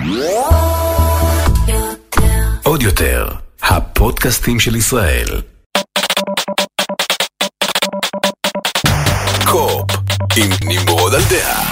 עוד יותר, הפודקאסטים של ישראל. קופ עם נמרוד על דעה.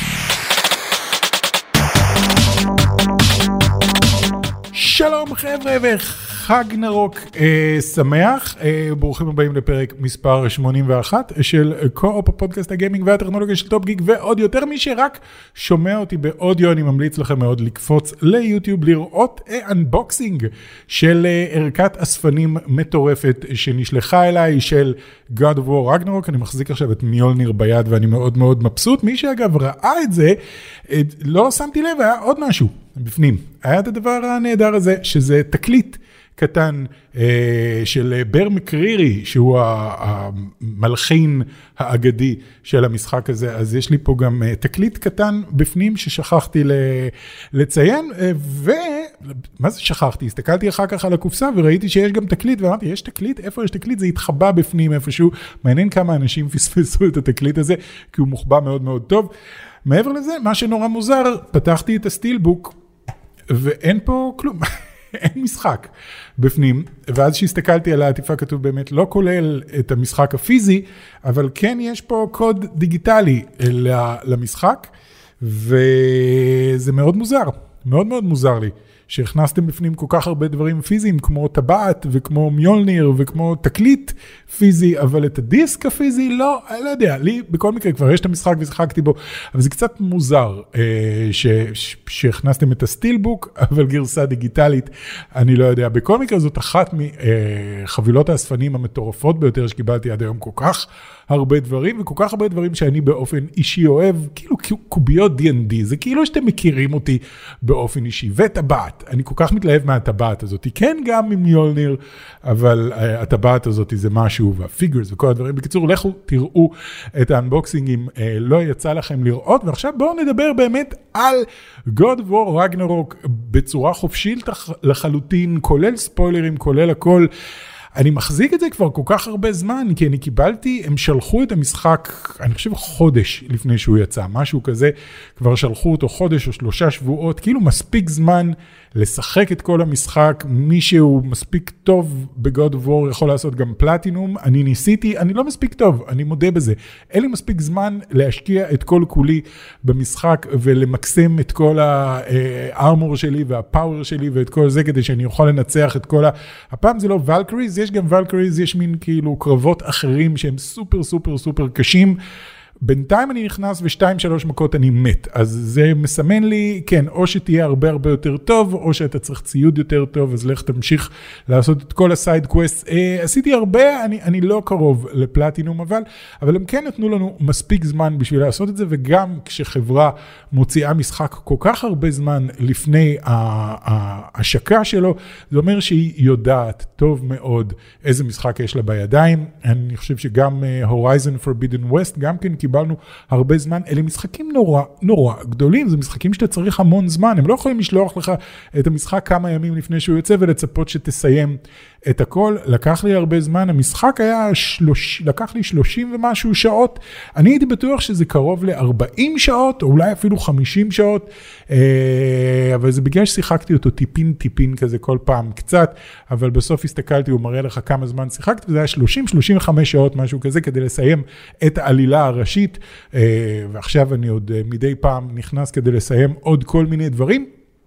שלום חבר'ה וחג נרוק שמח, ברוכים הבאים לפרק מספר 81 של קופ, הפודקאסט הגיימינג והטכנולוגיה של טופ גיק ועוד יותר. מי שרק שומע אותי באודיו, אני ממליץ לכם מאוד לקפוץ ליוטיוב לראות אנבוקסינג של ערכת אספנים מטורפת שנשלחה אליי של God of War Ragnarok. אני מחזיק עכשיו את מיולניר ביד ואני מאוד מאוד מבסוט. מי שאגב ראה את זה, לא שמתי לב, היה עוד משהו בפנים. היה את הדבר הנהדר הזה, שזה תקליט קטן של בר מקרירי, שהוא המלחין האגדי של המשחק הזה. אז יש לי פה גם תקליט קטן בפנים ששכחתי לציין, ומה זה שכחתי? הסתכלתי אחר כך על הקופסה וראיתי שיש גם תקליט, ואמרתי, יש תקליט? איפה יש תקליט? זה התחבא בפנים איפשהו. מעניין כמה אנשים פספסו את התקליט הזה, כי הוא מוחבא מאוד מאוד טוב. מעבר לזה, מה שנורא מוזר, פתחתי את הסטילבוק, ואין פה כלום. אין משחק בפנים, ואז שהסתכלתי על העטיפה כתוב באמת לא כולל את המשחק הפיזי, אבל כן יש פה קוד דיגיטלי למשחק, וזה מאוד מוזר, מאוד מאוד מוזר לי, שהכנסתם בפנים כל כך הרבה דברים פיזיים, כמו טבעת וכמו מיולניר וכמו תקליט פיזי, אבל את הדיסק הפיזי לא, אני לא יודע, לי בכל מקרה כבר יש את המשחק ושחקתי בו, אבל זה קצת מוזר שהכנסתם את הסטילבוק, אבל גרסה דיגיטלית, אני לא יודע. בכל מקרה זאת אחת מחבילות האספנים המטורפות ביותר שקיבלתי עד היום, כל כך הרבה דברים, וכל כך הרבה דברים שאני באופן אישי אוהב, כאילו קוביות D&D, זה כאילו שאתם מכירים אותי באופן אישי, וטבעת, אני כל כך מתלהב מהטבעת הזאת, כן גם עם מיולניר, אבל הטבעת הזאת זה משהו, והפיגרס וכל הדברים. בקיצור, לכו תראו את האנבוקסינגים, לא יצא לכם לראות, ועכשיו בואו נדבר באמת על God of War Ragnarok בצורה חופשית לחלוטין, כולל ספוילרים, כולל הכל. אני מחזיק את זה כבר כל כך הרבה זמן, כי אני קיבלתי, הם שלחו את המשחק, אני חושב חודש לפני שהוא יצא, משהו כזה, כבר שלחו אותו חודש או 3 שבועות, כאילו מספיק זמן לשחק את כל המשחק. מי שהוא מספיק טוב ב-God of War יכול לעשות גם פלטינום. אני ניסיתי, אני לא מספיק טוב, אני מודה בזה. אין לי מספיק זמן להשקיע את כל כולי במשחק ולמקסם את כל הארמור שלי והפאוור שלי ואת כל זה כדי שאני אוכל לנצח את כל הפעם זה לא ולקריז, יש גם ולקריז, יש מין כאילו קרבות אחרים שהם סופר סופר סופר קשים. בינתיים אני נכנס ו2-3 מכות אני מת, אז זה מסמן לי, כן, או שתהיה הרבה הרבה יותר טוב, או שאתה צריך ציוד יותר טוב, אז לך תמשיך לעשות את כל הסייד קווסט. עשיתי הרבה, אני לא קרוב לפלטינום, אבל הם כן נתנו לנו מספיק זמן בשביל לעשות את זה, וגם כשחברה מוציאה משחק כל כך הרבה זמן לפני ההשקה שלו, זה אומר שהיא יודעת טוב מאוד איזה משחק יש לה בידיים. אני חושב שגם Horizon Forbidden West, גם כן קיבלנו הרבה זמן. אלה משחקים נורא נורא גדולים, זה משחקים שאתה צריך המון זמן, הם לא יכולים לשלוח לך את המשחק כמה ימים לפני שהוא יוצא ולצפות שתסיים את הכל. לקח לי הרבה זמן, המשחק היה לקח לי 30 ומשהו שעות, אני הייתי בטוח שזה קרוב ל-40 שעות, או אולי אפילו 50 שעות, אבל זה בגלל ששיחקתי אותו טיפין כזה כל פעם קצת, אבל בסוף הסתכלתי, הוא מראה לך כמה זמן שיחקתי, וזה היה 30-35 שעות, משהו כזה, כדי לסיים את העלילה הראשית, ועכשיו אני עוד מדי פעם נכנס כדי לסיים עוד כל מיני דברים.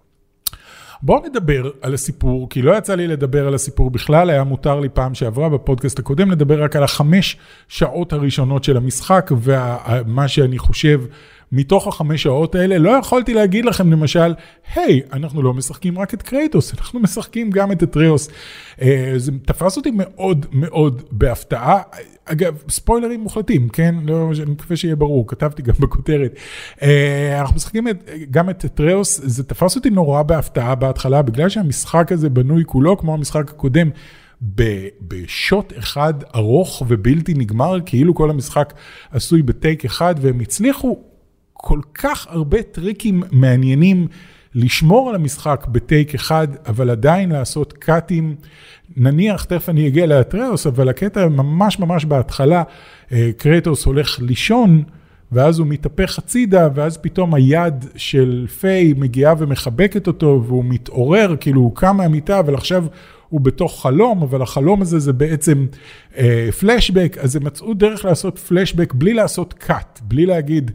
בואו נדבר על הסיפור, כי לא יצא לי לדבר על הסיפור בכלל, היה מותר לי פעם שעברה בפודקאסט הקודם, לדבר רק על 5 שעות הראשונות של המשחק, ומה שאני חושב מתוך 5 שעות האלה, לא יכולתי להגיד לכם למשל, היי, אנחנו לא משחקים רק את קרייטוס, אנחנו משחקים גם את אטריוס. זה תפס אותי מאוד מאוד בהפתעה. אגב, ספוילרים מוחלטים, כן? לא, אני מקווה שיהיה ברור, כתבתי גם בכותרת. אנחנו משחקים גם את אטריוס, זה תפס אותי נורא בהפתעה בהתחלה, בגלל שהמשחק הזה בנוי כולו, כמו המשחק הקודם, בשוט אחד ארוך ובלתי נגמר, כאילו כל המשחק עשוי בטייק אחד, והם הצליחו כל כך הרבה טריקים מעניינים לשמור על המשחק בטייק אחד, אבל עדיין לעשות קאטים, נניח, תכף אני אגיע לאטריוס, אבל הקטע ממש ממש בהתחלה, קרייטוס הולך לישון ואז הוא מתהפך הצידה, ואז פתאום היד של פיי מגיעה ומחבקת אותו, והוא מתעורר, כאילו הוא קם מהמיטה, אבל עכשיו הוא בתוך חלום, אבל החלום הזה זה בעצם פלשבק, אז הם מצאו דרך לעשות פלשבק בלי לעשות קאט, בלי להגיד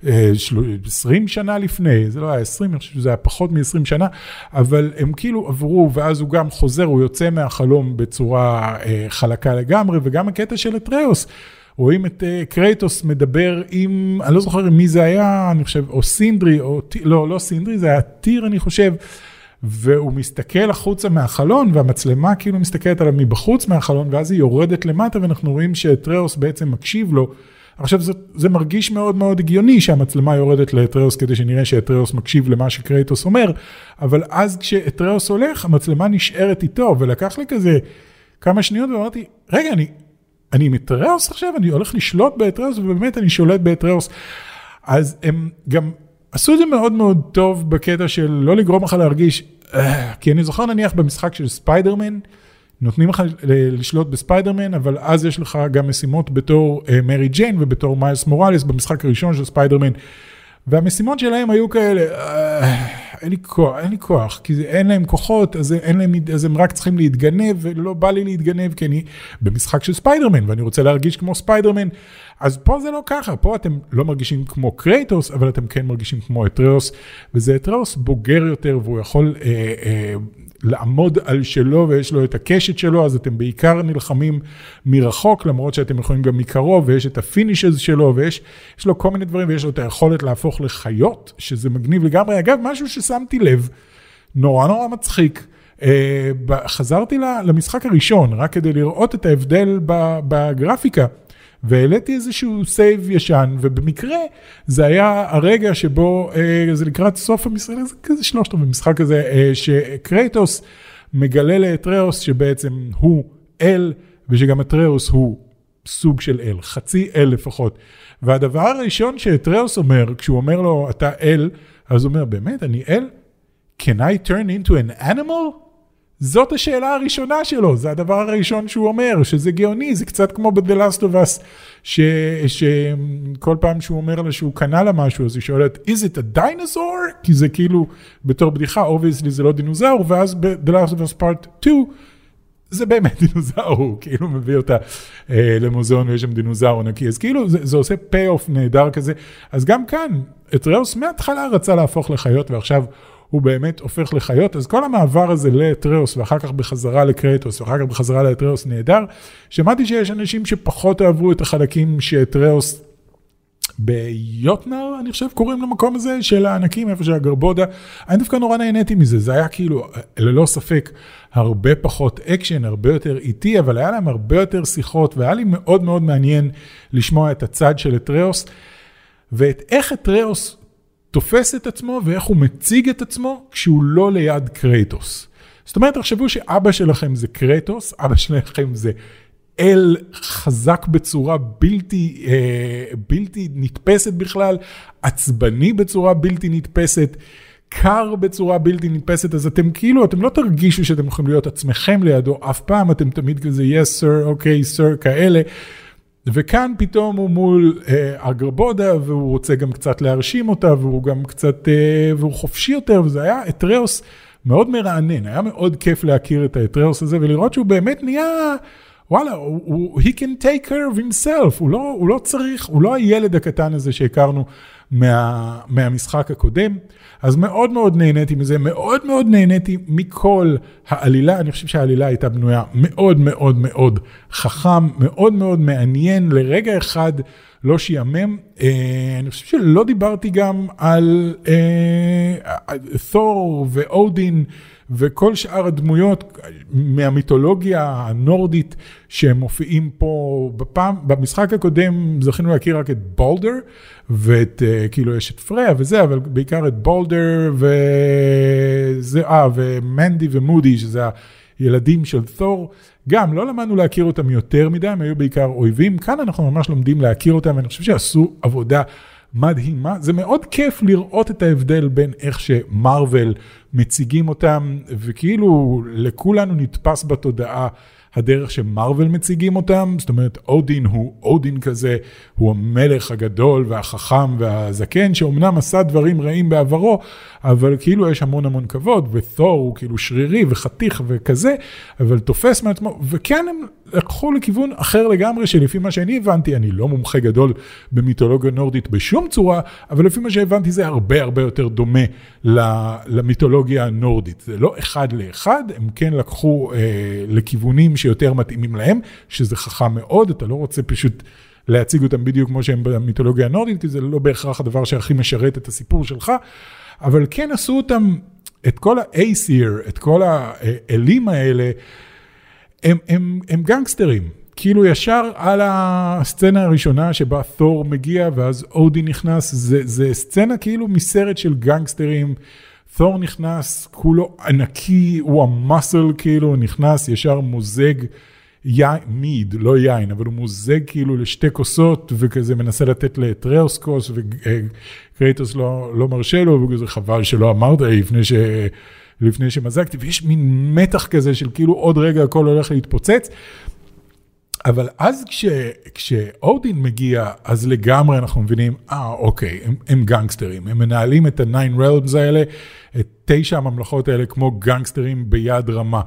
20 שנה לפני, זה לא היה 20, אני חושב שזה היה פחות מ-20 שנה, אבל הם כאילו עברו, ואז הוא גם חוזר, הוא יוצא מהחלום בצורה חלקה לגמרי, וגם הקטע של אטריוס, רואים את קרייטוס מדבר עם, אני לא זוכר מי זה היה, אני חושב, או סינדרי, או, לא סינדרי, זה היה טיר, אני חושב, והוא מסתכל החוצה מהחלון, והמצלמה כאילו מסתכלת עליו מבחוץ מהחלון, ואז היא יורדת למטה, ואנחנו רואים שאטריוס בעצם מקשיב לו. עכשיו, זה מרגיש מאוד מאוד הגיוני שהמצלמה יורדת לאטריוס, כדי שנראה שאטריוס מקשיב למה שקרייטוס אומר, אבל אז כשאטריוס הולך, המצלמה נשארת איתו, ולקח לי כזה כמה שניות, ואמרתי, רגע, אני עם אטריוס עכשיו, אני הולך לשלוט באטריוס, ובאמת אני שולט באטריוס. אז הם גם עשו את זה מאוד מאוד טוב בקטע של לא לגרום לך להרגיש, כי אני זוכר נניח במשחק של ספיידרמן, נותנים לך לשלוט בספיידרמן, אבל אז יש לך גם משימות בתור מרי ג'יין ובתור מיילס מוראלס במשחק הראשון של ספיידרמן, והמשימות שלהם היו כאלה, אין לי כוח, כי אין להם כוחות, אז הם רק צריכים להתגנב, ולא בא לי להתגנב, כי אני במשחק של ספיידרמן, ואני רוצה להרגיש כמו ספיידרמן, אז פה זה לא ככה, פה אתם לא מרגישים כמו קרייטוס, אבל אתם כן מרגישים כמו אטריוס, וזה אטריוס בוגר יותר, והוא יכול לעמוד על שלו, ויש לו את הקשת שלו, אז אתם בעיקר נלחמים מרחוק, למרות שאתם יכולים גם מקרוב, ויש את הפינישז שלו, ויש לו כל מיני דברים, ויש לו את היכולת להפוך לחיות, שזה מגניב לגמרי. אגב, משהו ששמתי לב, נורא נורא מצחיק, חזרתי למשחק הראשון, רק כדי לראות את ההבדל בגרפיקה, והעליתי איזשהו סייב ישן, ובמקרה זה היה הרגע שבו, זה לקראת סוף המשחק, זה כזה שלושת במשחק הזה, שקרייטוס מגלה לאטריוס שבעצם הוא אל, ושגם אטריוס הוא סוג של אל, חצי אל לפחות. והדבר הראשון שאטריוס אומר, כשהוא אומר לו, אתה אל, אז הוא אומר, באמת, אני אל? Can I turn into an animal? זאת השאלה הראשונה שלו, זה הדבר הראשון שהוא אומר, שזה גאוני, זה קצת כמו ב-The Last of Us, שכל פעם שהוא אומר לה שהוא קנה לה משהו, אז היא שואלת, is it a dinosaur? כי זה כאילו, בתור בדיחה, obviously זה לא דינוזאור, ואז ב-The Last of Us Part 2, זה באמת דינוזאור, הוא כאילו מביא אותה למוזיאון, ויש שם דינוזאור נקי, אז כאילו זה עושה pay-off נהדר כזה, אז גם כאן, אטריוס מההתחלה רצה להפוך לחיות, ועכשיו הוא באמת הופך לחיות, אז כל המעבר הזה לאטריוס, ואחר כך בחזרה לקרייטוס, ואחר כך בחזרה לאטריוס נהדר, שמעתי שיש אנשים שפחות אהבו את החלקים שאטריוס ביוטנר, אני חושב קוראים למקום הזה, של הענקים, איפה שהגרבודה, אני דווקא נורא נהניתי מזה, זה היה כאילו, ללא ספק, הרבה פחות אקשן, הרבה יותר איטי, אבל היה להם הרבה יותר שיחות, והיה לי מאוד מאוד מעניין לשמוע את הצד של אטריוס, ואת איך אטריוס תופס את עצמו ואיך הוא מציג את עצמו כשהוא לא ליד קרייטוס. זאת אומרת, תחשבו שאבא שלכם זה קרייטוס, אבא שלכם זה אל חזק בצורה בלתי נתפסת בכלל, עצבני בצורה בלתי נתפסת, קר בצורה בלתי נתפסת, אז אתם כאילו, אתם לא תרגישו שאתם יכולים להיות עצמכם לידו אף פעם, אתם תמיד כזה, yes sir, okay sir, כאלה, וכאן פתאום הוא מול הגרבודה, והוא רוצה גם קצת להרשים אותה, והוא גם קצת, והוא חופשי יותר, וזה היה אטריוס מאוד מרענן, היה מאוד כיף להכיר את האטריוס הזה, ולראות שהוא באמת נהיה, וואלה, he can take care of himself, הוא לא צריך, הוא לא הילד הקטן הזה שהכרנו מהמשחק הקודם, אז מאוד מאוד נהניתי מזה, מאוד מאוד נהניתי מכל העלילה, אני חושב שהעלילה הייתה בנויה מאוד מאוד מאוד חכם, מאוד מאוד מעניין, לרגע אחד לא שיאמם, אני חושב שלא דיברתי גם על תור ואודין, וכל שאר הדמויות מהמיתולוגיה הנורדית שהם מופיעים פה במשחק הקודם זכינו להכיר רק את בולדר, ואת, כאילו יש את פריה וזה, אבל בעיקר את בולדר ומנדי ומודי, שזה הילדים של תור, גם לא למדנו להכיר אותם יותר מדי, הם היו בעיקר אויבים, כאן אנחנו ממש לומדים להכיר אותם, ואני חושב שעשו עבודה מדהימה, זה מאוד כיף לראות את ההבדל בין איך שמרוול מציגים אותם, וכאילו לכולנו נתפס בתודעה הדרך שמרוול מציגים אותם, זאת אומרת, אודין הוא אודין כזה, הוא המלך הגדול והחכם והזקן, שאומנם עשה דברים רעים בעברו, אבל כאילו יש המון המון כבוד, ותור הוא כאילו שרירי וחתיך וכזה, אבל תופס מעצמו, וכן הם לקחו לכיוון אחר לגמרי, שלפי מה שאני הבנתי, אני לא מומחה גדול במיתולוגיה נורדית בשום צורה, אבל לפי מה שהבנתי זה הרבה הרבה יותר דומה למיתולוגיה הנורדית. זה לא אחד לאחד, הם כן לקחו לכיוונים שיותר מתאימים להם, שזה חכם מאוד, אתה לא רוצה פשוט להציג אותם בדיוק כמו שהם במיתולוגיה הנורדית, כי זה לא בהכרח הדבר שהכי משרת את הסיפור שלך, אבל כן עשו אותם, את כל האייסיר, את כל האלים האלה, הם גנגסטרים. כאילו ישר על הסצנה הראשונה שבה תור מגיע, ואז אודין נכנס, זה סצנה כאילו מסרט של גנגסטרים, תור נכנס, כולו ענקי, הוא המסל כאילו, נכנס ישר מוזג מיד, לא יין, אבל הוא מוזג כאילו לשתי כוסות, וכזה מנסה לתת לאטריאוס כוס, וקרייטוס לא מרשה לו, וכזה חבל שלא אמרת לפני שמזגתי, ויש מין מתח כזה של כאילו עוד רגע הכל הולך להתפוצץ, אבל אז כשאודין מגיע, אז לגמרי אנחנו מבינים, אוקיי, הם גנגסטרים, הם מנהלים את ה-9 realms האלה, את 9 הממלכות האלה כמו גנגסטרים ביד רמה.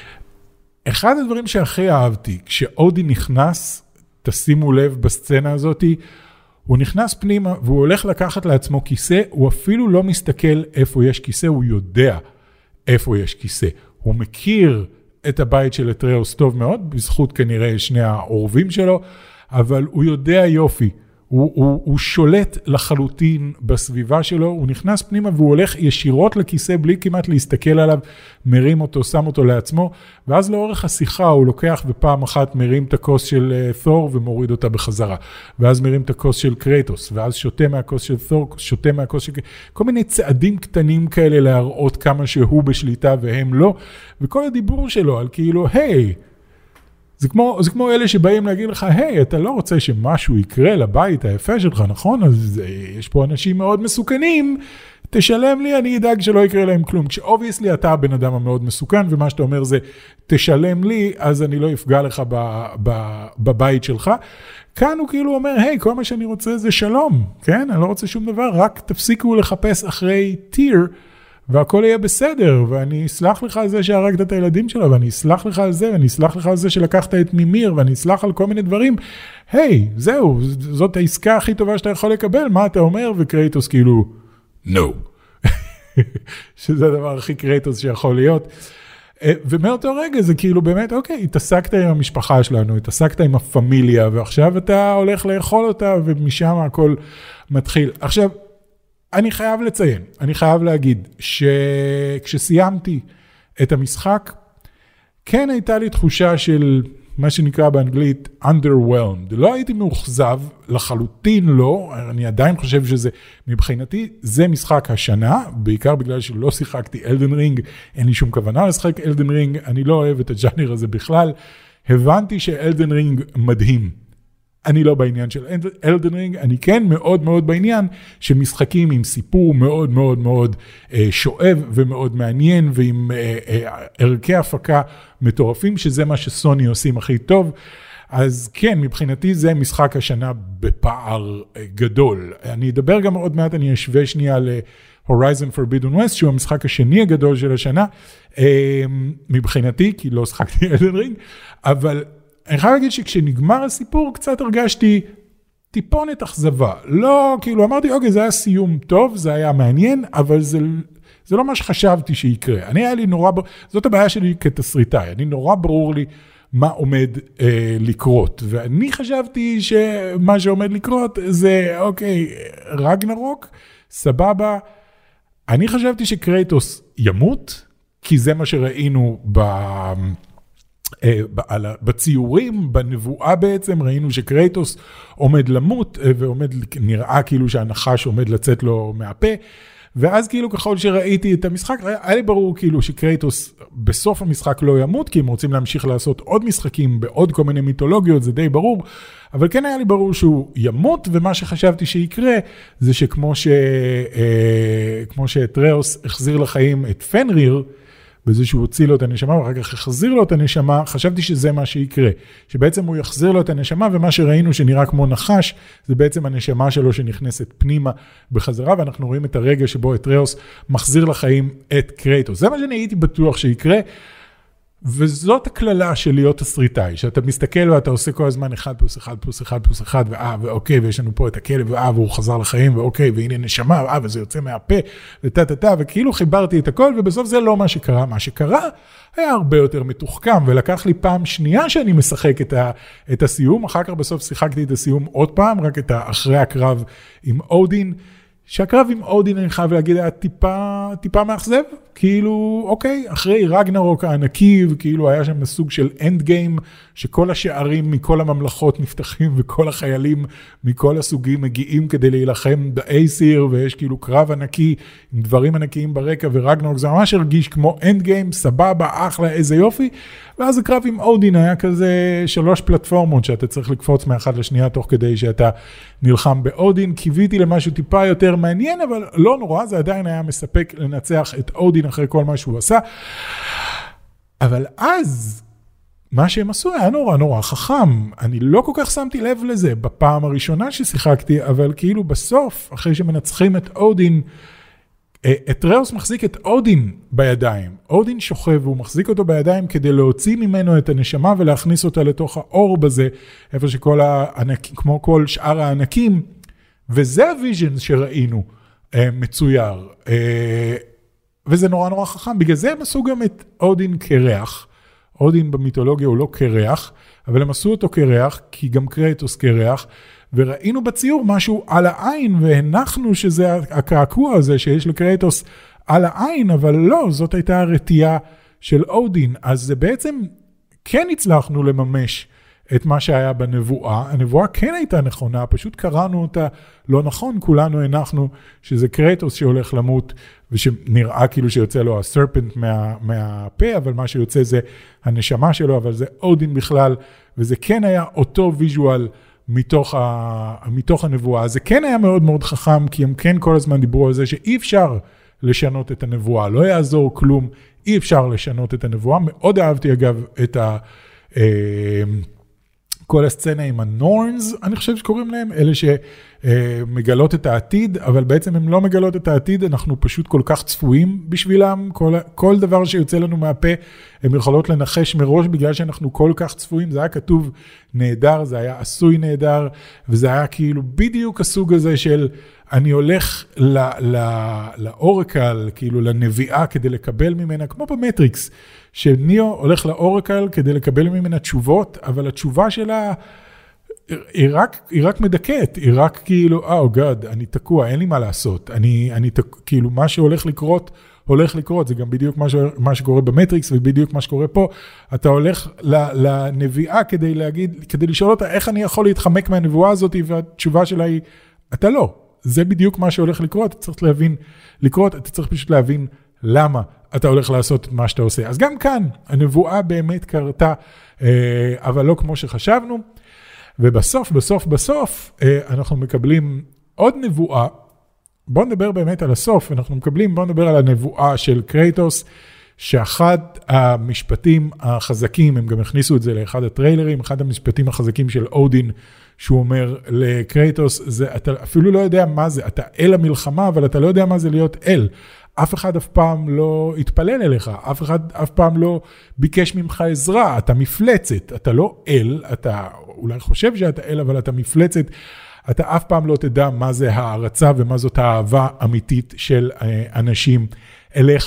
אחד הדברים שהכי אהבתי, כשאודין נכנס, תשימו לב בסצנה הזאת, הוא נכנס פנימה והוא הולך לקחת לעצמו כיסא, הוא אפילו לא מסתכל איפה יש כיסא, הוא יודע איפה יש כיסא. הוא מכיר את הבית של אטריאוס טוב מאוד, בזכות כנראה שני העורבים שלו, אבל הוא יודע יופי, הוא שולט לחלוטין בסביבה שלו, הוא נכנס פנימה והוא הולך ישירות לכיסא בלי כמעט להסתכל עליו, מרים אותו, שם אותו לעצמו, ואז לאורך השיחה הוא לוקח ופעם אחת מרים את הכוס של תור ומוריד אותה בחזרה, ואז מרים את הכוס של קרייטוס, ואז שותה מהכוס של תור, שותה מהכוס של... כל מיני צעדים קטנים כאלה להראות כמה שהוא בשליטה והם לא, וכל הדיבור שלו על כאילו, היי, זה כמו אלה שבאים להגיד לך, היי, אתה לא רוצה שמשהו יקרה לבית היפה שלך, נכון? אז יש פה אנשים מאוד מסוכנים, תשלם לי, אני אדאג שלא יקרה להם כלום. כשאובייסלי אתה הבן אדם המאוד מסוכן, ומה שאתה אומר זה, תשלם לי, אז אני לא אפגע לך בבית שלך. כאן הוא כאילו אומר, היי, כל מה שאני רוצה זה שלום, כן? אני לא רוצה שום דבר, רק תפסיקו לחפש אחרי טיר, והכל יהיה בסדר, ואני אסלח לך על זה שהרגת את הילדים שלו, ואני אסלח לך על זה, ואני אסלח לך על זה שלקחת את מימיר, ואני אסלח על כל מיני דברים. היי, זהו, זאת העסקה הכי טובה שאתה יכול לקבל, מה אתה אומר? וקרייטוס כאילו, no. שזה הדבר הכי קרייטוס שיכול להיות. ומאותו רגע זה כאילו באמת, אוקיי, התעסקת עם המשפחה שלנו, התעסקת עם הפמיליה, ועכשיו אתה הולך לאכול אותה, ומשם הכל מתחיל. עכשיו, אני חייב לציין, אני חייב להגיד, שכשסיימתי את המשחק, כן הייתה לי תחושה של מה שנקרא באנגלית underwhelmed. לא הייתי מאוכזב, לחלוטין לא, אני עדיין חושב שזה, מבחינתי, זה משחק השנה, בעיקר בגלל שלא שיחקתי אלדן רינג, אין לי שום כוונה לשחק אלדן רינג, אני לא אוהב את הג'אנר הזה בכלל, הבנתי שאלדן רינג מדהים. אני לא בעניין של אלדן רינג, אני כן מאוד מאוד בעניין של משחקים עם סיפור מאוד מאוד מאוד שואב ומאוד מעניין, ועם ערכי הפקה מטורפים, שזה מה שסוני עושים הכי טוב. אז כן, מבחינתי זה משחק השנה בפער גדול. אני אדבר גם עוד מעט, אני אשווה שנייה ל-Horizon Forbidden West, שהוא המשחק השני הגדול של השנה, מבחינתי, כי לא שחקתי אלדן רינג, אבל... אני חייב להגיד שכשנגמר הסיפור, קצת הרגשתי טיפונת אכזבה. לא, כאילו אמרתי, אוקיי, זה היה סיום טוב, זה היה מעניין, אבל זה לא מה שחשבתי שיקרה. היה לי נורא, זאת הבעיה שלי כתסריטאי, אני נורא ברור לי מה עומד לקרות. ואני חשבתי שמה שעומד לקרות זה, אוקיי, רגנרוק, סבבה. אני חשבתי שקרייטוס ימות, כי זה מה שראינו בציורים, בנבואה בעצם, ראינו שקרייטוס עומד למות, נראה כאילו שהנחש עומד לצאת לו מהפה, ואז כאילו ככל שראיתי את המשחק, היה לי ברור כאילו שקרייטוס בסוף המשחק לא ימות, כי הם רוצים להמשיך לעשות עוד משחקים בעוד כל מיני מיתולוגיות, זה די ברור, אבל כן היה לי ברור שהוא ימות, ומה שחשבתי שיקרה, זה שכמו שאטריאוס החזיר לחיים את פנריר, בזה שהוא הוציא לו את הנשמה, ואחר כך יחזיר לו את הנשמה, חשבתי שזה מה שיקרה, שבעצם הוא יחזיר לו את הנשמה, ומה שראינו שנראה כמו נחש, זה בעצם הנשמה שלו שנכנסת פנימה בחזרה, ואנחנו רואים את הרגע שבו אתראוס מחזיר לחיים את קרייטוס. זה מה שאני הייתי בטוח שיקרה, וזאת הכללה של להיות תסריטאי, שאתה מסתכל ואתה עושה כל הזמן 1 + 1 + 1 + 1, ואוקיי, ויש לנו פה את הכלב, והוא חזר לחיים, ואוקיי, והנה נשמה, וזה יוצא מהפה, וכאילו חיברתי את הכל, ובסוף זה לא מה שקרה. מה שקרה היה הרבה יותר מתוחכם, ולקח לי פעם שנייה שאני משחק את הסיום, אחר כך בסוף שיחקתי את הסיום עוד פעם, רק אחרי הקרב עם אודין, שהקרב עם אודין, אני חייב להגיד, היה טיפה מאכזב, כאילו, אוקיי, אחרי רגנרוק הענקי, וכאילו היה שם סוג של אנד גיים, שכל השערים מכל הממלכות נפתחים, וכל החיילים מכל הסוגים מגיעים כדי להילחם באייסיר, ויש כאילו קרב ענקי, עם דברים ענקיים ברקע, ורגנרוק זה ממש הרגיש כמו אנד גיים, סבבה, אחלה, איזה יופי, ואז הקרב עם אודין היה כזה 3 פלטפורמות, שאתה צריך לקפוץ מאחד לשנייה, תוך כדי שאתה נלחם באודין, קיוויתי למשהו טיפה יותר מעניין, אבל לא נורא, זה עדיין היה מספק לנצח את אודין אחרי כל מה שהוא עשה. אבל אז, מה שהם עשו היה נורא חכם. אני לא כל כך שמתי לב לזה בפעם הראשונה ששיחקתי, אבל כאילו בסוף, אחרי שמנצחים את אודין, אתראוס מחזיק את אודין בידיים. אודין שוכב והוא מחזיק אותו בידיים כדי להוציא ממנו את הנשמה ולהכניס אותה לתוך האורב הזה, איפה שכל הענקים, כמו כל שאר הענקים, וזה הוויז'ן שראינו מצויר. וזה נורא חכם. בגלל זה הם עשו גם את אודין קרח. אודין במיתולוגיה הוא לא קרח, אבל הם עשו אותו קרח, כי גם קרייטוס קרח, וראינו בציור משהו על העין, והנחנו שזה הקעקוע הזה שיש לקרייטוס על העין, אבל לא, זאת הייתה הרתיעה של אודין. אז זה בעצם כן הצלחנו לממש את מה שהיה בנבואה. הנבואה כן הייתה נכונה, פשוט קראנו אותה לא נכון, כולנו הנחנו שזה קרייטוס שהולך למות, ושנראה כאילו שיוצא לו הסרפנט מהפה, אבל מה שיוצא זה הנשמה שלו, אבל זה אודין בכלל, וזה כן היה אותו ויז'ואל מתוך הנבואה. זה כן היה מאוד חכם, כי הם כן כל הזמן דיברו על זה שאי אפשר לשנות את הנבואה, לא יעזור כלום, אי אפשר לשנות את הנבואה. מאוד אהבתי אגב את כל הסצנה עם הנורנס, אני חושב שקוראים להם, אלה שמגלות את העתיד, אבל בעצם הם לא מגלות את העתיד, אנחנו פשוט כל כך צפויים בשבילם, כל דבר שיוצא לנו מהפה, הם יכולות לנחש מראש, בגלל שאנחנו כל כך צפויים, זה היה כתוב נהדר, זה היה עשוי נהדר, וזה היה כאילו בדיוק הסוג הזה של, אני הולך לאורקל, כאילו לנביאה, כדי לקבל ממנה, כמו במטריקס, שניאו הולך לאורקל כדי לקבל ממנה תשובות, אבל התשובה שלה היא רק מדכאת, היא רק כאילו, גאד, אני תקוע, אין לי מה לעשות, כאילו מה שהולך לקרות, הולך לקרות, זה גם בדיוק מה שקורה במטריקס, ובדיוק מה שקורה פה, אתה הולך לנביאה כדי לשאול אותה, איך אני יכול להתחמק מהנבואה הזאת, והתשובה שלה היא, אתה לא, זה בדיוק מה שהולך לקרות, אתה צריך לקרות, אתה צריך פשוט להבין למה אתה הולך לעשות את מה שאתה עושה. אז גם כאן, הנבואה באמת קרתה, אבל לא כמו שחשבנו, ובסוף, אנחנו מקבלים עוד נבואה, בואו נדבר באמת על הסוף, בואו נדבר על הנבואה של קרייטוס, שאחד המשפטים החזקים, הם גם הכניסו את זה לאחד הטריילרים, אחד המשפטים החזקים של אודין, שהוא אומר לקרייטוס, אתה אפילו לא יודע מה זה, אתה אל המלחמה, אבל אתה לא יודע מה זה להיות אל. אף אחד אף פעם לא התפלל אליך, אף אחד אף פעם לא ביקש ממך עזרה, אתה מפלצת, אתה לא אל, אתה אולי חושב שאתה אל, אבל אתה מפלצת, אתה אף פעם לא תדע מה זה הערצה, ומה זאת האהבה אמיתית של אנשים אליך,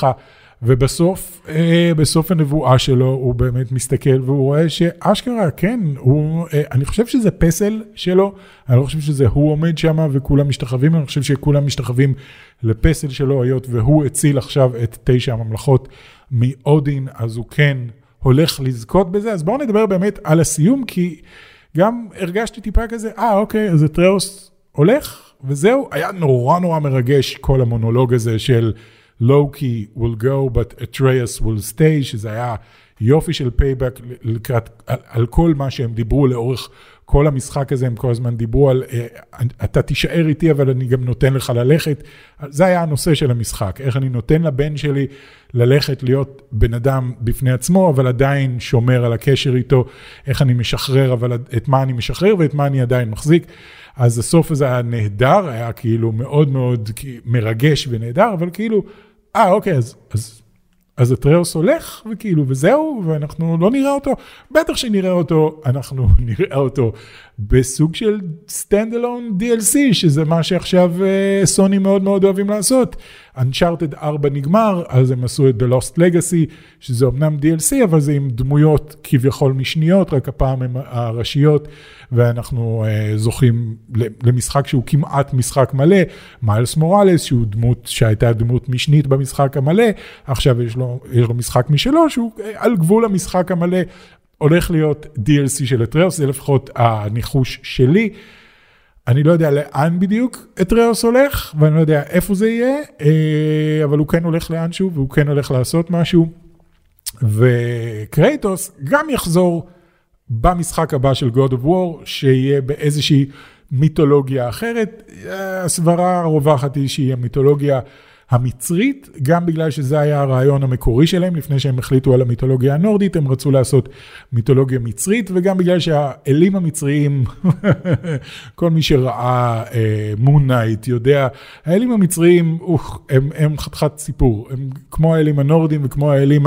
ובסוף הנבואה שלו, הוא באמת מסתכל, והוא רואה שאשכרה, כן, אני חושב שזה פסל שלו, אני לא חושב שזה הוא עומד שם, וכולם משתחווים, אני חושב שכולם משתחווים לפסל שלו, היות והוא הציל עכשיו את 9 הממלכות מאודין, אז הוא כן הולך לזכות בזה. אז בואו נדבר באמת על הסיום, כי גם הרגשתי טיפה כזה, אוקיי, אז אתראוס הולך, וזהו, היה נורא מרגש כל המונולוג הזה של לוקי will go, but Atreus will stay, שזה היה יופי של פייבק על כל מה שהם דיברו לאורך כל המשחק הזה, הם כל הזמן דיברו על, אתה תישאר איתי, אבל אני גם נותן לך ללכת. זה היה הנושא של המשחק, איך אני נותן לבן שלי ללכת להיות בן אדם בפני עצמו, אבל עדיין שומר על הקשר איתו, איך אני משחרר, אבל את מה אני משחרר ואת מה אני עדיין מחזיק. אז הסוף הזה היה נהדר, היה כאילו מאוד מאוד מרגש ונהדר, אבל כאילו, אוקיי, אז אטריוס הולך, וכאילו, וזהו, ואנחנו לא נראה אותו, בטח שנראה אותו, אנחנו נראה אותו בסוג של stand-alone DLC, שזה מה שעכשיו סוני מאוד מאוד אוהבים לעשות. Uncharted 4 נגמר, אז הם עשו את The Lost Legacy, שזה אמנם DLC, אבל זה עם דמויות כביכול משניות, רק הפעם הם הראשיות, ואנחנו זוכים למשחק שהוא כמעט משחק מלא, מיילס מוראלס, שהייתה דמות משנית במשחק המלא, עכשיו יש לו משחק משלו, שהוא על גבול המשחק המלא, הולך להיות DLC של אטריוס, זה לפחות הניחוש שלי. אני לא יודע לאן בדיוק אטריוס הולך, ואני לא יודע איפה זה יהיה, אבל הוא כן הולך לאנשהו, והוא כן הולך לעשות משהו, וקרייטוס גם יחזור במשחק הבא של God of War, שיהיה באיזושהי מיתולוגיה אחרת. הסברה הרווחת היא שהיא המיתולוגיה המצרית, גם בגלל שזה היה הרעיון המקורי שלהם, לפני שהם החליטו על המיתולוגיה הנורדית, הם רצו לעשות מיתולוגיה מצרית, וגם בגלל שהאלים המצריים, כל מי שראה מון נייט יודע, האלים המצריים, הם חתיכת סיפור, הם כמו האלים הנורדים וכמו האלים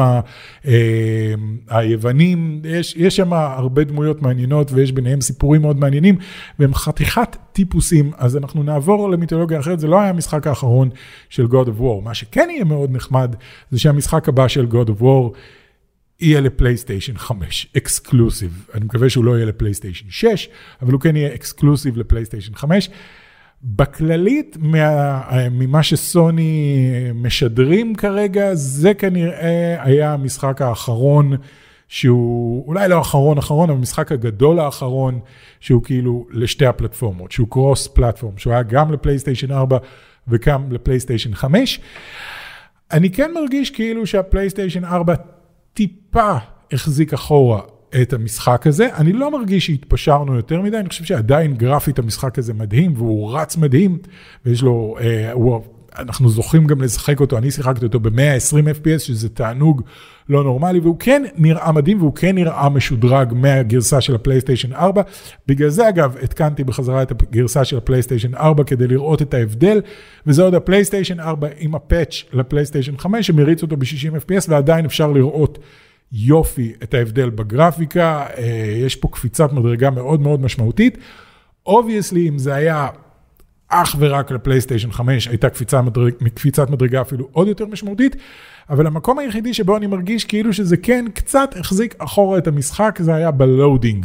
היוונים, יש שם הרבה דמויות מעניינות, ויש ביניהם סיפורים מאוד מעניינים, והם חתיכת טיפוסים, אז אנחנו נעבור למיתולוגיה אחרת, זה לא היה המשחק האחרון של God of War. מה שכן יהיה מאוד נחמד, זה שהמשחק הבא של God of War יהיה לפלייסטיישן 5, אקסקלוסיב. אני מקווה שהוא לא יהיה לפלייסטיישן 6, אבל הוא כן יהיה אקסקלוסיב לפלייסטיישן 5. בכללית, ממה שסוני משדרים כרגע, זה כנראה היה המשחק האחרון, שהוא אולי לא האחרון, אבל המשחק הגדול האחרון, שהוא כאילו לשתי הפלטפורמות, שהוא קרוס פלטפורם, שהוא היה גם לפלייסטיישן 4 וגם לפלייסטיישן 5. אני כן מרגיש כאילו שהפלייסטיישן 4 טיפה החזיק אחורה את המשחק הזה. אני לא מרגיש שהתפשרנו יותר מדי, אני חושב שעדיין גרפית המשחק הזה מדהים, והוא רץ מדהים, ויש לו, אנחנו זוכים גם לשחק אותו, אני שיחקתי אותו ב-120 FPS, שזה תענוג לא נורמלי, והוא כן נראה מדהים, והוא כן נראה משודרג מהגרסה של הפלייסטיישן 4, בגלל זה אגב, התקנתי בחזרה את הגרסה של הפלייסטיישן 4, כדי לראות את ההבדל, וזה עוד הפלייסטיישן 4 עם הפאץ' לפלייסטיישן 5, שמריץ אותו ב-60 FPS, ועדיין אפשר לראות יופי את ההבדל בגרפיקה, יש פה קפיצת מדרגה מאוד מאוד משמעותית, obviously אם זה היה אך ורק לפלייסטיישן 5, הייתה קפיצת מדרגה אפילו עוד יותר משמעותית, אבל המקום היחידי שבו אני מרגיש כאילו שזה כן קצת החזיק אחורה את המשחק, זה היה בלואודינג.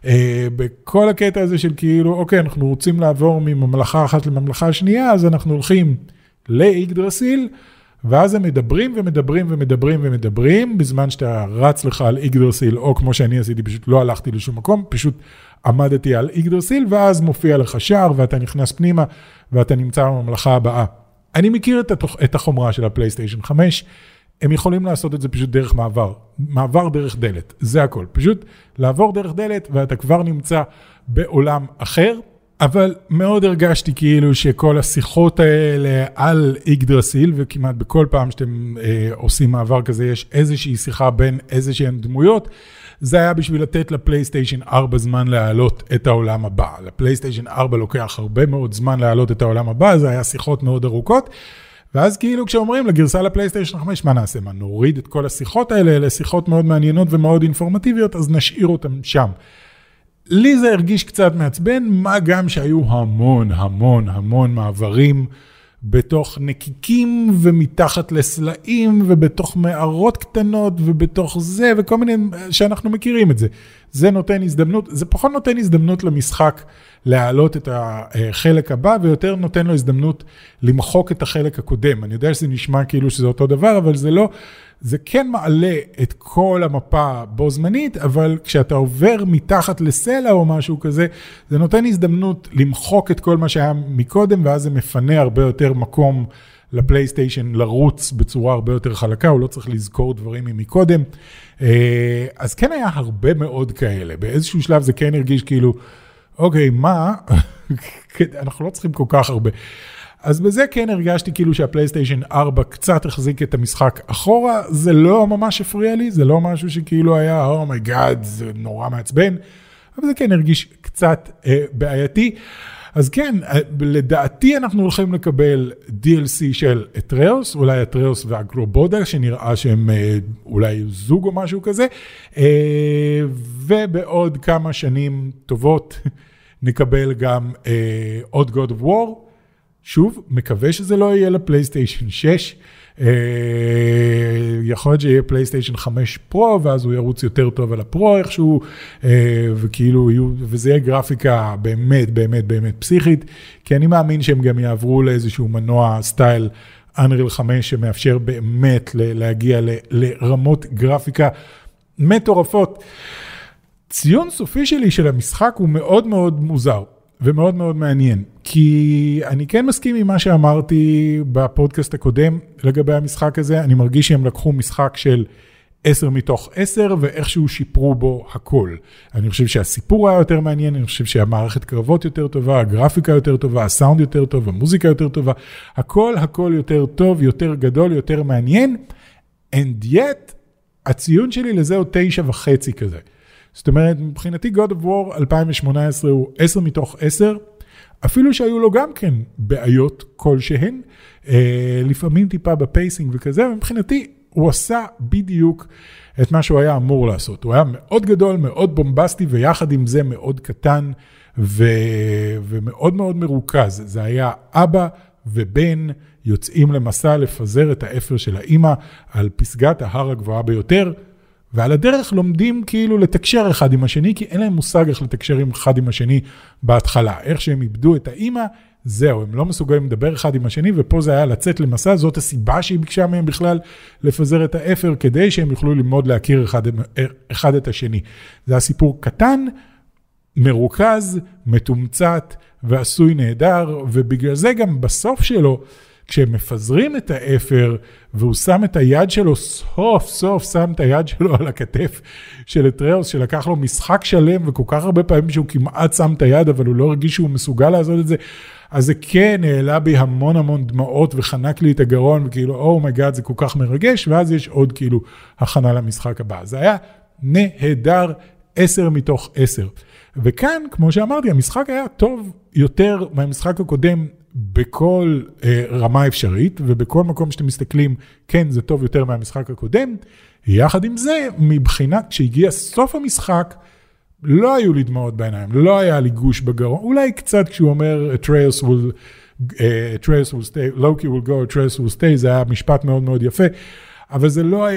בכל הקטע הזה של כאילו, אוקיי, אנחנו רוצים לעבור מממלכה אחת לממלכה שנייה, אז אנחנו הולכים לאיגדרסיל, ואז הם מדברים ומדברים ומדברים ומדברים, בזמן שאתה רץ לך על איגדרסיל, או כמו שאני עשיתי, פשוט לא הלכתי לשום מקום, פשוט עמדתי על איגדרסיל, ואז מופיע לך שער, ואתה נכנס פנימה, ואתה נמצא בממלכה הבאה. אני מכיר את החומרה של הפלייסטיישן 5, הם יכולים לעשות את זה פשוט דרך מעבר דרך דלת, זה הכל, פשוט לעבור דרך דלת, ואתה כבר נמצא בעולם אחר, אבל מאוד הרגשתי כאילו שכל השיחות האלה על איגדרסיל, וכמעט בכל פעם שאתם עושים מעבר כזה, יש איזושהי שיחה בין איזושהי דמויות, זה היה בשביל לתת לפלייסטיישן 4 זמן להעלות את העולם הבא. לפלייסטיישן 4 לוקח הרבה מאוד זמן להעלות את העולם הבא, זה היה שיחות מאוד ארוכות, ואז כאילו כשאומרים לגרסה לפלייסטיישן 5, מה נעשה? מה נוריד את כל השיחות האלה, אלה שיחות מאוד מעניינות ומאוד אינפורמטיביות, אז נשאיר אותם שם. לי זה הרגיש קצת מעצבן, מה גם שהיו המון מעברים בתוך נקיקים ומתחת לסלעים ובתוך מערות קטנות ובתוך זה וכל מיני שאנחנו מכירים את זה. זה נותן הזדמנות, זה פחות נותן הזדמנות למשחק להעלות את החלק הבא ויותר נותן לו הזדמנות למחוק את החלק הקודם. אני יודע שזה נשמע כאילו שזה אותו דבר, אבל זה לא, זה כן מעלה את כל המפה בו זמנית, אבל כשאתה עובר מתחת לסלע או משהו כזה, זה נותן הזדמנות למחוק את כל מה שהיה מקודם, ואז זה מפנה הרבה יותר מקום לפלייסטיישן לרוץ בצורה הרבה יותר חלקה, הוא לא צריך לזכור דברים מקודם. אז כן היה הרבה מאוד כאלה. באיזשהו שלב זה כן הרגיש כאילו, אוקיי, מה? אנחנו לא צריכים כל כך הרבה. אז בזה כן הרגשתי כאילו שהפלייסטיישן 4 קצת החזיק את המשחק אחורה, זה לא ממש הפריע לי, זה לא משהו שכאילו היה, אומייגאד, זה נורא מעצבן, אבל זה כן הרגיש קצת בעייתי. אז כן, לדעתי אנחנו הולכים לקבל DLC של אתריאוס, אולי אתריאוס ואגרובודה, שנראה שהם אולי זוג או משהו כזה, ובעוד כמה שנים טובות נקבל גם עוד God of War, שוב, מקווה שזה לא יהיה לפלייסטיישן 6, יכול להיות שיהיה פלייסטיישן 5 פרו, ואז הוא ירוץ יותר טוב על הפרו איכשהו, וכאילו, וזה יהיה גרפיקה באמת, באמת, באמת פסיכית, כי אני מאמין שהם גם יעברו לאיזשהו מנוע סטייל Unreal 5, שמאפשר באמת להגיע לרמות גרפיקה מטורפות. ציון סופי שלי של המשחק הוא מאוד מאוד מוזר. ומאוד מאוד מעניין, כי אני כן מסכים עם מה שאמרתי בפודקאסט הקודם לגבי המשחק הזה, אני מרגיש שהם לקחו משחק של 10 מתוך 10, ואיכשהו שיפרו בו הכל. אני חושב שהסיפור היה יותר מעניין, אני חושב שהמערכת קרבות יותר טובה, הגרפיקה יותר טובה, הסאונד יותר טוב, המוזיקה יותר טובה, הכל יותר טוב, יותר גדול, יותר מעניין, and yet, הציון שלי לזה הוא 9.5 כזה. זאת אומרת, מבחינתי God of War 2018 הוא 10 מתוך 10, אפילו שהיו לו גם כן בעיות כלשהן, לפעמים טיפה בפייסינג וכזה, ומבחינתי הוא עשה בדיוק את מה שהוא היה אמור לעשות. הוא היה מאוד גדול, מאוד בומבסטי, ויחד עם זה מאוד קטן, ומאוד מאוד מרוכז. זה היה אבא ובן יוצאים למסע לפזר את האפר של האמא על פסגת ההר הגבוהה ביותר, ועל הדרך לומדים כאילו לתקשר אחד עם השני, כי אין להם מושג איך לתקשר אחד עם השני בהתחלה. איך שהם איבדו את האמא, זהו, הם לא מסוגלים לדבר אחד עם השני, ופה זה היה לצאת למסע, זאת הסיבה שהיא ביקשה מהם בכלל לפזר את האפר, כדי שהם יוכלו ללמוד להכיר אחד את השני. זה הסיפור קטן, מרוכז, מתומצת, ועשוי נהדר, ובגלל זה גם בסוף שלו, כשהם מפזרים את האפר, והוא שם את היד שלו, סוף שם את היד שלו על הכתף של אתריאוס, שלקח לו משחק שלם, וכל כך הרבה פעמים שהוא כמעט שם את היד, אבל הוא לא הרגיש שהוא מסוגל לעשות את זה, אז זה כן העלה בי המון דמעות, וחנק לי את הגרון, וכאילו, אומייגאד, זה כל כך מרגש, ואז יש עוד כאילו הכנה למשחק הבא. זה היה נהדר 10 מתוך 10. וכאן, כמו שאמרתי, המשחק היה טוב יותר מהמשחק הקודם, בכל רמה אפשרית, ובכל מקום שאתם מסתכלים, כן, זה טוב יותר מהמשחק הקודם. יחד עם זה, מבחינת, כשהגיע סוף המשחק, לא היו לי דמעות בעיניים, לא היה לי גוש בגרון, אולי קצת כשהוא אומר, Atreus will stay, Loki will go, Atreus will stay, זה היה משפט מאוד מאוד יפה, אבל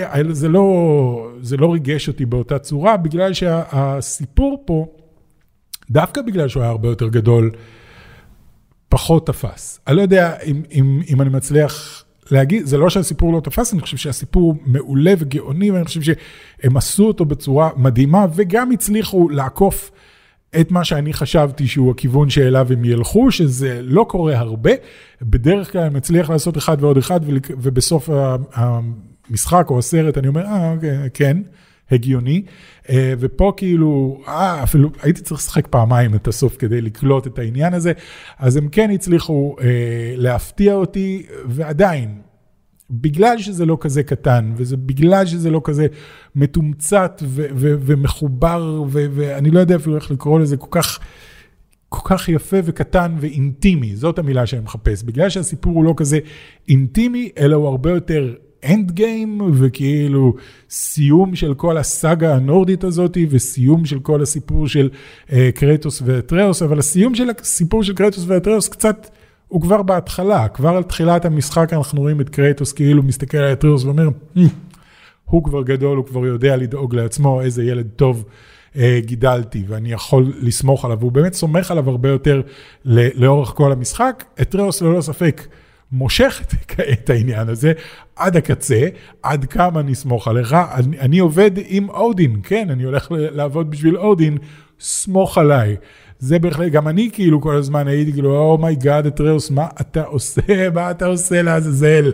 זה לא ריגש אותי באותה צורה, בגלל שהסיפור פה, דווקא בגלל שהוא היה הרבה יותר גדול, פחות תפס. אני לא יודע אם אני מצליח להגיד, זה לא שהסיפור לא תפס, אני חושב שהסיפור מעולה וגאוני, ואני חושב שהם עשו אותו בצורה מדהימה, וגם הצליחו לעקוף את מה שאני חשבתי שהוא הכיוון שאליו הם ילכו, שזה לא קורה הרבה, בדרך כלל הם הצליח לעשות אחד ועוד אחד, ובסוף המשחק או הסרט אני אומר, כן, הגיוני, ופה כאילו, אפילו הייתי צריך לשחק פעמיים את הסוף כדי לקלוט את העניין הזה, אז הם כן הצליחו להפתיע אותי, ועדיין, בגלל שזה לא כזה קטן, ובגלל שזה לא כזה מתומצת ומחובר, ואני לא יודע אפילו איך לקרוא לזה, כל כך יפה וקטן ואינטימי, זאת המילה שאני מחפש, בגלל שהסיפור הוא לא כזה אינטימי, אלא הוא הרבה יותר אנד גיים, וכאילו סיום של כל הסאגה הנורדית הזאת, וסיום של כל הסיפור של קרייטוס ואתריאוס, אבל הסיום של הסיפור של קרייטוס ואתריאוס קצת, הוא כבר בהתחלה, כבר על תחילת המשחק אנחנו רואים את קרייטוס כאילו מסתכל על אתריאוס ואומר, הוא כבר גדול, הוא כבר יודע לדאוג לעצמו, איזה ילד טוב גידלתי, ואני יכול לסמוך עליו, והוא באמת סומך עליו הרבה יותר לאורך כל המשחק. אתריאוס ללא ספק מושך את העניין הזה עד הקצה, עד כמה נסמוך עליך, אני עובד עם אודין, כן, אני הולך לעבוד בשביל אודין, סמוך עליי. זה בהחלט, גם אני כאילו כל הזמן הייתי כאילו, Oh my God, אטריוס, מה אתה עושה לעזאזל?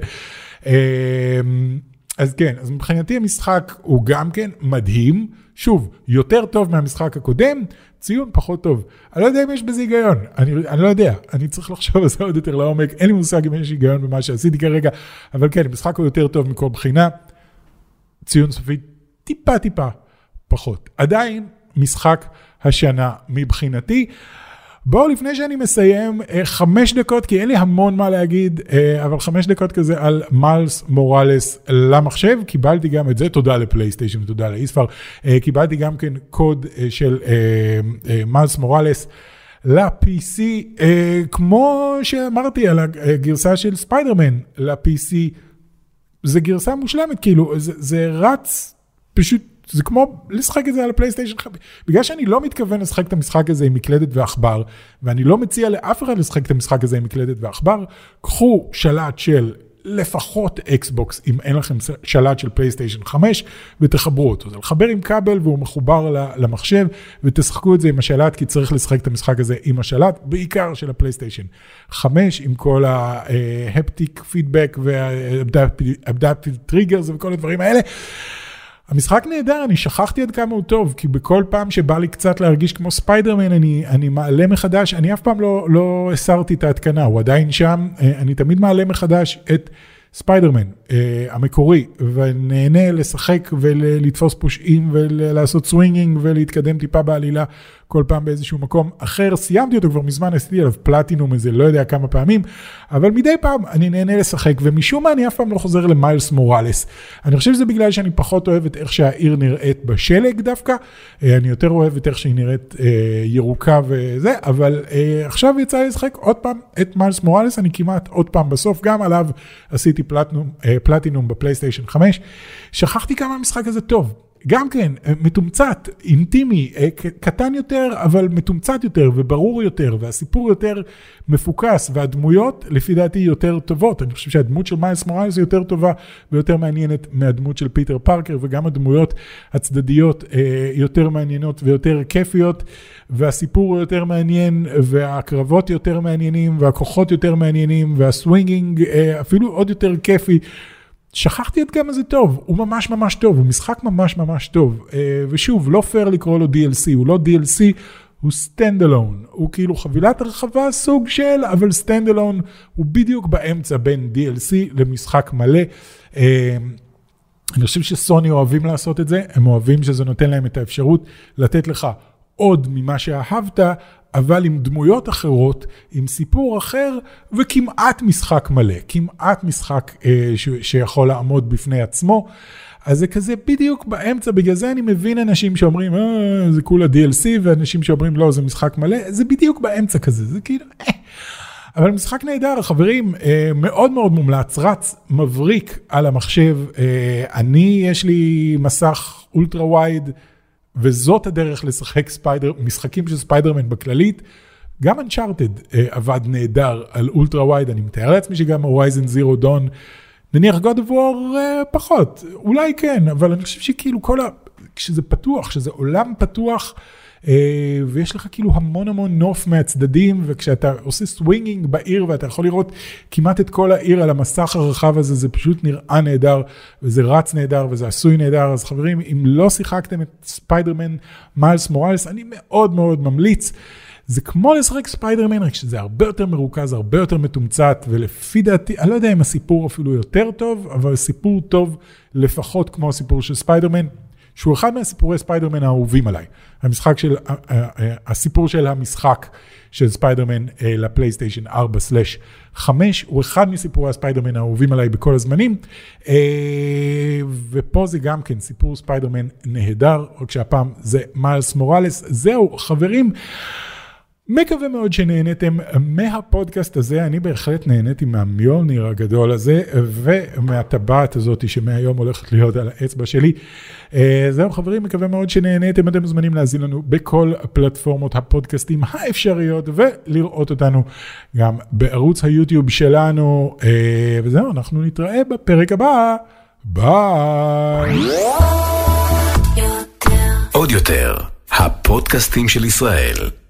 אז כן, אז מבחינתי המשחק הוא גם כן מדהים, שוב, יותר טוב מהמשחק הקודם, ציון פחות טוב. אני לא יודע אם יש בזה היגיון, אני לא יודע, אני צריך לחשוב על זה עוד יותר לעומק, אין לי מושג אם יש היגיון במה שעשיתי כרגע, אבל כן, המשחק הוא יותר טוב מכל בחינה, ציון סופי טיפה פחות. עדיין משחק השנה מבחינתי. בואו לפני שאני מסיים 5 דקות, כי אין לי המון מה להגיד, אבל 5 דקות כזה על מיילס מוראלס למחשב, קיבלתי גם את זה, תודה לפלייסטיישן ותודה לאיספר, קיבלתי גם כן קוד של מיילס מוראלס ל-PC, כמו שאמרתי על הגרסה של ספיידרמן ל-PC, זה גרסה מושלמת, כאילו, זה רץ פשוט, זה כמו לשחק את זה על הפלייסטיישן 5. בגלל שאני לא מתכוון לשחק את המשחק הזה עם מקלדת ועכבר, ואני לא מציע לאף אחד לשחק את המשחק הזה עם מקלדת ועכבר, קחו שלט של לפחות אקסבוקס, אם אין לכם שלט של פלייסטיישן 5, ותחברו אותו. זה לחבר עם כבל והוא מחובר למחשב, ותשחקו את זה עם השלט, כי צריך לשחק את המשחק הזה עם השלט, בעיקר של הפלייסטיישן 5, עם כל ההפטיק פידבק, והאדפטיב טריגרס וכל הדברים האלה. המשחק נהדר, אני שכחתי עד כמה הוא טוב, כי בכל פעם שבא לי קצת להרגיש כמו ספיידרמן, אני מעלה מחדש, אני אף פעם לא הסרתי את ההתקנה, הוא עדיין שם, אני תמיד מעלה מחדש את ספיידרמן המקורי, ונהנה לשחק ולתפוס פושעים ולעשות סווינגינג ולהתקדם טיפה בעלילה כל פעם באיזשהו מקום אחר. סיימתי אותו כבר מזמן, עשיתי עליו פלטינום איזה לא יודע כמה פעמים, אבל מדי פעם אני נהנה לשחק, ומשום מה אני אף פעם לא חוזר למיילס מוראלס. אני חושב שזה בגלל שאני פחות אוהב את איך שהעיר נראית בשלג דווקא, אני יותר אוהב את איך שהיא נראית ירוקה וזה, אבל עכשיו יצא לי לשחק עוד פעם את מיילס מוראלס, אני כמעט עוד פעם בסוף, גם עליו עשיתי פלטינום בפלייסטיישן 5, שכחתי כמה המשחק הזה טוב. גם כן, מתומצת, אינטימי, קטן יותר, אבל מתומצת יותר וברור יותר, והסיפור יותר מפוקס, והדמויות לפי דעתי יותר טובות. אני חושב שהדמות של מיילס מוראלס היא יותר טובה ויותר מעניינת מהדמות של פיטר פארקר, וגם הדמויות הצדדיות יותר מעניינות ויותר כיפיות, והסיפור הוא יותר מעניין, והקרבות יותר מעניינים, והכוחות יותר מעניינים, והסווינגינג אפילו עוד יותר כיפי. שכחתי עד כמה זה טוב, הוא ממש ממש טוב, הוא משחק ממש ממש טוב, ושוב, לא פייר לקרוא לו DLC, הוא לא DLC, הוא standalone, הוא כאילו חבילת הרחבה סוג של, אבל standalone הוא בדיוק באמצע בין DLC למשחק מלא. אני חושב שסוני אוהבים לעשות את זה, הם אוהבים שזה נותן להם את האפשרות לתת לך עוד ממה שאהבת, אבל עם דמויות אחרות, עם סיפור אחר, וכמעט משחק מלא, כמעט משחק שיכול לעמוד בפני עצמו. אז זה כזה בדיוק באמצע, בגלל זה אני מבין אנשים שאומרים, זה כולה DLC, ואנשים שאומרים, לא, זה משחק מלא, זה בדיוק באמצע כזה, זה כאילו, אבל משחק נהדר, חברים, מאוד מאוד מומלץ, רץ מבריק על המחשב, יש לי מסך אולטרה וייד, וזאת הדרך לשחק משחקים של ספיידרמן בכללית. גם Uncharted עבד נהדר על אולטרה וייד, אני מתאר לעצמי שגם Horizon Zero Dawn, נניח God of War פחות, אולי כן, אבל אני חושב שכאילו כשזה פתוח, כשזה עולם פתוח, ויש לך כאילו המון המון נוף מהצדדים, וכשאתה עושה סווינגינג בעיר, ואתה יכול לראות כמעט את כל העיר על המסך הרחב הזה, זה פשוט נראה נהדר, וזה רץ נהדר, וזה עשוי נהדר. אז חברים, אם לא שיחקתם את ספיידרמן מיילס מוראלס, אני מאוד מאוד ממליץ. זה כמו לשחק ספיידרמן, רק שזה הרבה יותר מרוכז, הרבה יותר מתומצת, ולפי דעתי, אני לא יודע אם הסיפור אפילו יותר טוב, אבל סיפור טוב לפחות כמו הסיפור של ספיידרמן, שהוא אחד מהסיפורי ספיידרמן האהובים עליי. הסיפור של המשחק של ספיידרמן לפלייסטיישן 4/5, הוא אחד מסיפורי הספיידרמן האהובים עליי בכל הזמנים, ופה זה גם כן סיפור ספיידרמן נהדר, רק שהפעם זה מיילס מוראלס. זהו, חברים, מקווה מאוד שנהנתם מהפודקאסט הזה, אני בהחלט נהניתי מהמיולניר הגדול הזה, ומהטבעת הזאת שמהיום הולכת להיות על האצבע שלי. זהו חברים, מקווה מאוד שנהנתם, אתם מוזמנים להזין לנו בכל פלטפורמות הפודקאסטים האפשריות, ולראות אותנו גם בערוץ היוטיוב שלנו, וזהו, אנחנו נתראה בפרק הבא, ביי. עוד יותר, הפודקאסטים של ישראל.